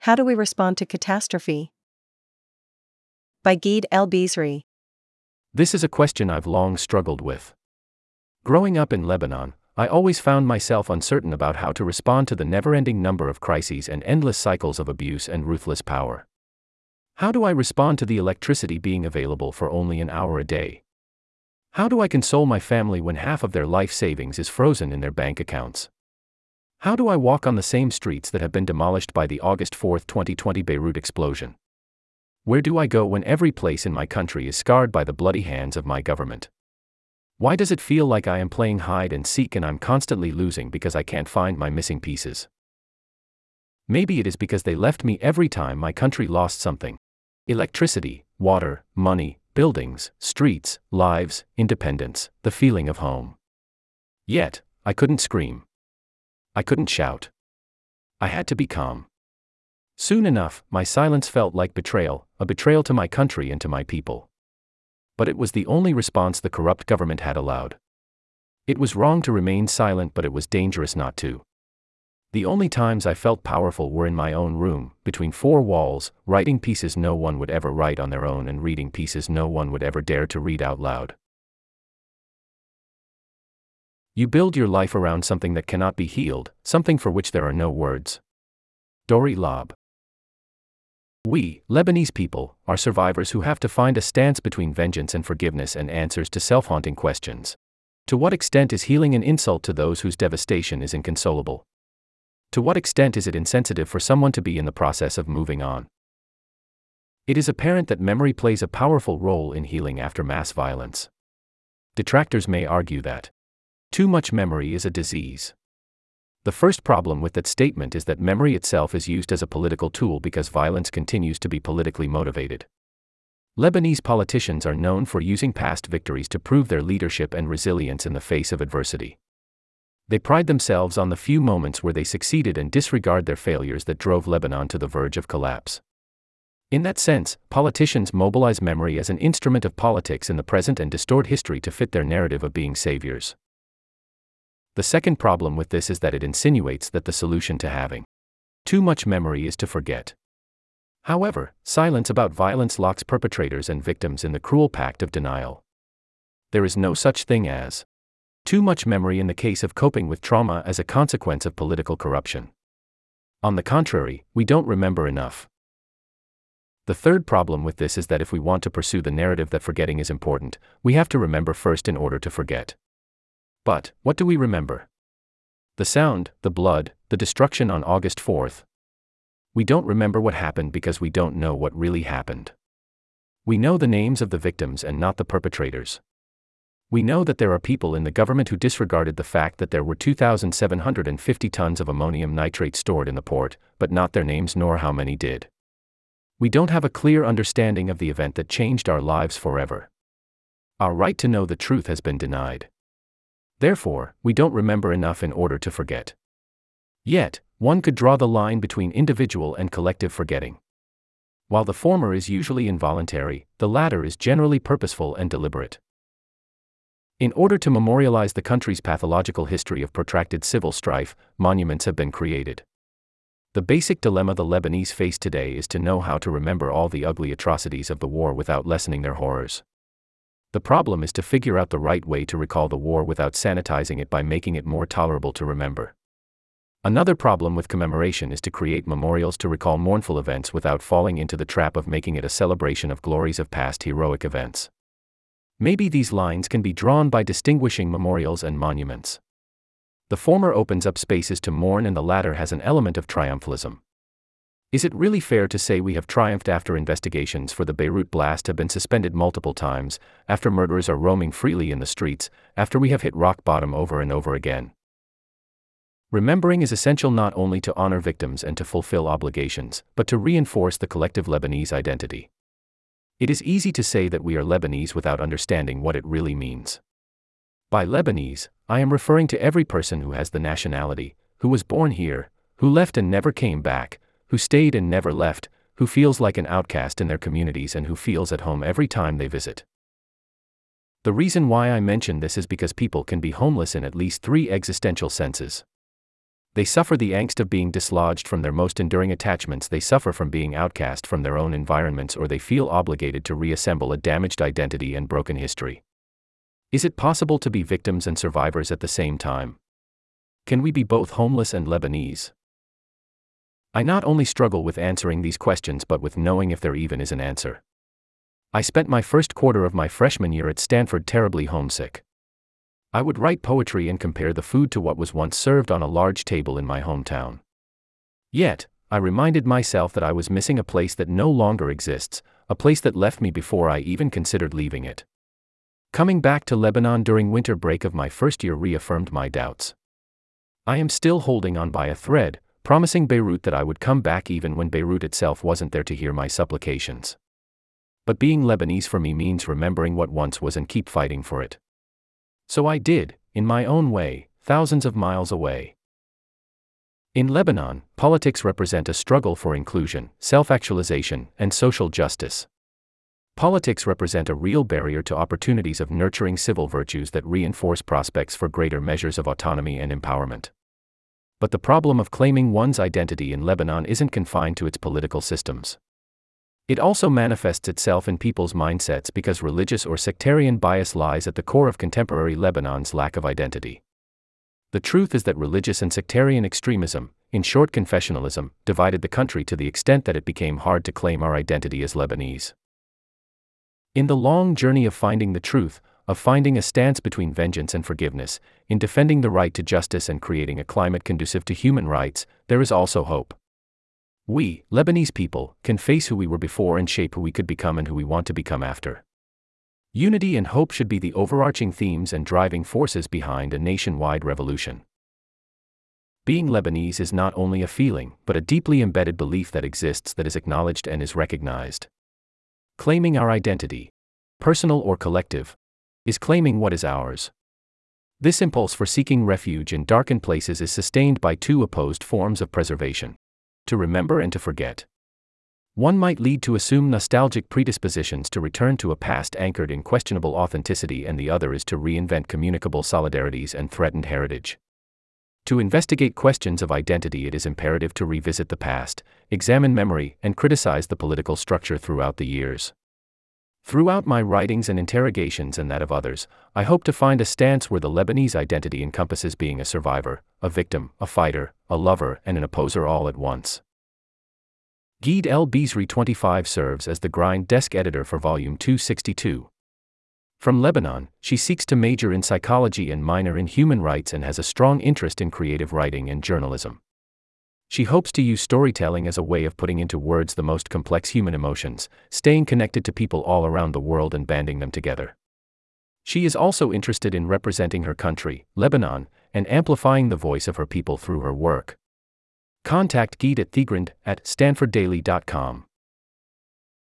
How do we respond to catastrophe? By Gheed El-Bizri. This is a question I've long struggled with. Growing up in Lebanon, I always found myself uncertain about how to respond to the never-ending number of crises and endless cycles of abuse and ruthless power. How do I respond to the electricity being available for only an hour a day? How do I console my family when half of their life savings is frozen in their bank accounts? How do I walk on the same streets that have been demolished by the August 4, 2020 Beirut explosion? Where do I go when every place in my country is scarred by the bloody hands of my government? Why does it feel like I am playing hide and seek and I'm constantly losing because I can't find my missing pieces? Maybe it is because they left me every time my country lost something. Electricity, water, money, buildings, streets, lives, independence, the feeling of home. Yet, I couldn't scream. I couldn't shout. I had to be calm. Soon enough, my silence felt like betrayal, a betrayal to my country and to my people. But it was the only response the corrupt government had allowed. It was wrong to remain silent, but it was dangerous not to. The only times I felt powerful were in my own room, between four walls, writing pieces no one would ever write on their own and reading pieces no one would ever dare to read out loud. You build your life around something that cannot be healed, something for which there are no words. Dori Laab. We, Lebanese people, are survivors who have to find a stance between vengeance and forgiveness and answers to self-haunting questions. To what extent is healing an insult to those whose devastation is inconsolable? To what extent is it insensitive for someone to be in the process of moving on? It is apparent that memory plays a powerful role in healing after mass violence. Detractors may argue that too much memory is a disease. The first problem with that statement is that memory itself is used as a political tool because violence continues to be politically motivated. Lebanese politicians are known for using past victories to prove their leadership and resilience in the face of adversity. They pride themselves on the few moments where they succeeded and disregard their failures that drove Lebanon to the verge of collapse. In that sense, politicians mobilize memory as an instrument of politics in the present and distort history to fit their narrative of being saviors. The second problem with this is that it insinuates that the solution to having too much memory is to forget. However, silence about violence locks perpetrators and victims in the cruel pact of denial. There is no such thing as too much memory in the case of coping with trauma as a consequence of political corruption. On the contrary, we don't remember enough. The third problem with this is that if we want to pursue the narrative that forgetting is important, we have to remember first in order to forget. But, what do we remember? The sound, the blood, the destruction on August 4th. We don't remember what happened because we don't know what really happened. We know the names of the victims and not the perpetrators. We know that there are people in the government who disregarded the fact that there were 2,750 tons of ammonium nitrate stored in the port, but not their names nor how many did. We don't have a clear understanding of the event that changed our lives forever. Our right to know the truth has been denied. Therefore, we don't remember enough in order to forget. Yet, one could draw the line between individual and collective forgetting. While the former is usually involuntary, the latter is generally purposeful and deliberate. In order to memorialize the country's pathological history of protracted civil strife, monuments have been created. The basic dilemma the Lebanese face today is to know how to remember all the ugly atrocities of the war without lessening their horrors. The problem is to figure out the right way to recall the war without sanitizing it by making it more tolerable to remember. Another problem with commemoration is to create memorials to recall mournful events without falling into the trap of making it a celebration of glories of past heroic events. Maybe these lines can be drawn by distinguishing memorials and monuments. The former opens up spaces to mourn and the latter has an element of triumphalism. Is it really fair to say we have triumphed after investigations for the Beirut blast have been suspended multiple times, after murderers are roaming freely in the streets, after we have hit rock bottom over and over again? Remembering is essential not only to honor victims and to fulfill obligations, but to reinforce the collective Lebanese identity. It is easy to say that we are Lebanese without understanding what it really means. By Lebanese, I am referring to every person who has the nationality, who was born here, who left and never came back, who stayed and never left, who feels like an outcast in their communities and who feels at home every time they visit. The reason why I mention this is because people can be homeless in at least 3 existential senses. They suffer the angst of being dislodged from their most enduring attachments, they suffer from being outcast from their own environments, or they feel obligated to reassemble a damaged identity and broken history. Is it possible to be victims and survivors at the same time? Can we be both homeless and Lebanese? I not only struggle with answering these questions but with knowing if there even is an answer. I spent my first quarter of my freshman year at Stanford terribly homesick. I would write poetry and compare the food to what was once served on a large table in my hometown. Yet, I reminded myself that I was missing a place that no longer exists, a place that left me before I even considered leaving it. Coming back to Lebanon during winter break of my first year reaffirmed my doubts. I am still holding on by a thread, promising Beirut that I would come back even when Beirut itself wasn't there to hear my supplications. But being Lebanese for me means remembering what once was and keep fighting for it. So I did, in my own way, thousands of miles away. In Lebanon, politics represent a struggle for inclusion, self-actualization, and social justice. Politics represent a real barrier to opportunities of nurturing civil virtues that reinforce prospects for greater measures of autonomy and empowerment. But the problem of claiming one's identity in Lebanon isn't confined to its political systems. It also manifests itself in people's mindsets because religious or sectarian bias lies at the core of contemporary Lebanon's lack of identity. The truth is that religious and sectarian extremism, in short confessionalism, divided the country to the extent that it became hard to claim our identity as Lebanese. In the long journey of finding the truth, of finding a stance between vengeance and forgiveness, in defending the right to justice and creating a climate conducive to human rights, there is also hope. We, Lebanese people, can face who we were before and shape who we could become and who we want to become after. Unity and hope should be the overarching themes and driving forces behind a nationwide revolution. Being Lebanese is not only a feeling, but a deeply embedded belief that exists, that is acknowledged and is recognized. Claiming our identity, personal or collective, is claiming what is ours. This impulse for seeking refuge in darkened places is sustained by two opposed forms of preservation: to remember and to forget. One might lead to assume nostalgic predispositions to return to a past anchored in questionable authenticity, and the other is to reinvent communicable solidarities and threatened heritage. To investigate questions of identity, it is imperative to revisit the past, examine memory, and criticize the political structure throughout the years. Throughout my writings and interrogations and that of others, I hope to find a stance where the Lebanese identity encompasses being a survivor, a victim, a fighter, a lover, and an opposer all at once. Gheed El Bizri 25 serves as the Grind desk editor for Volume 262. From Lebanon, she seeks to major in psychology and minor in human rights and has a strong interest in creative writing and journalism. She hopes to use storytelling as a way of putting into words the most complex human emotions, staying connected to people all around the world and banding them together. She is also interested in representing her country, Lebanon, and amplifying the voice of her people through her work. Contact Gheed at thegrind@stanforddaily.com.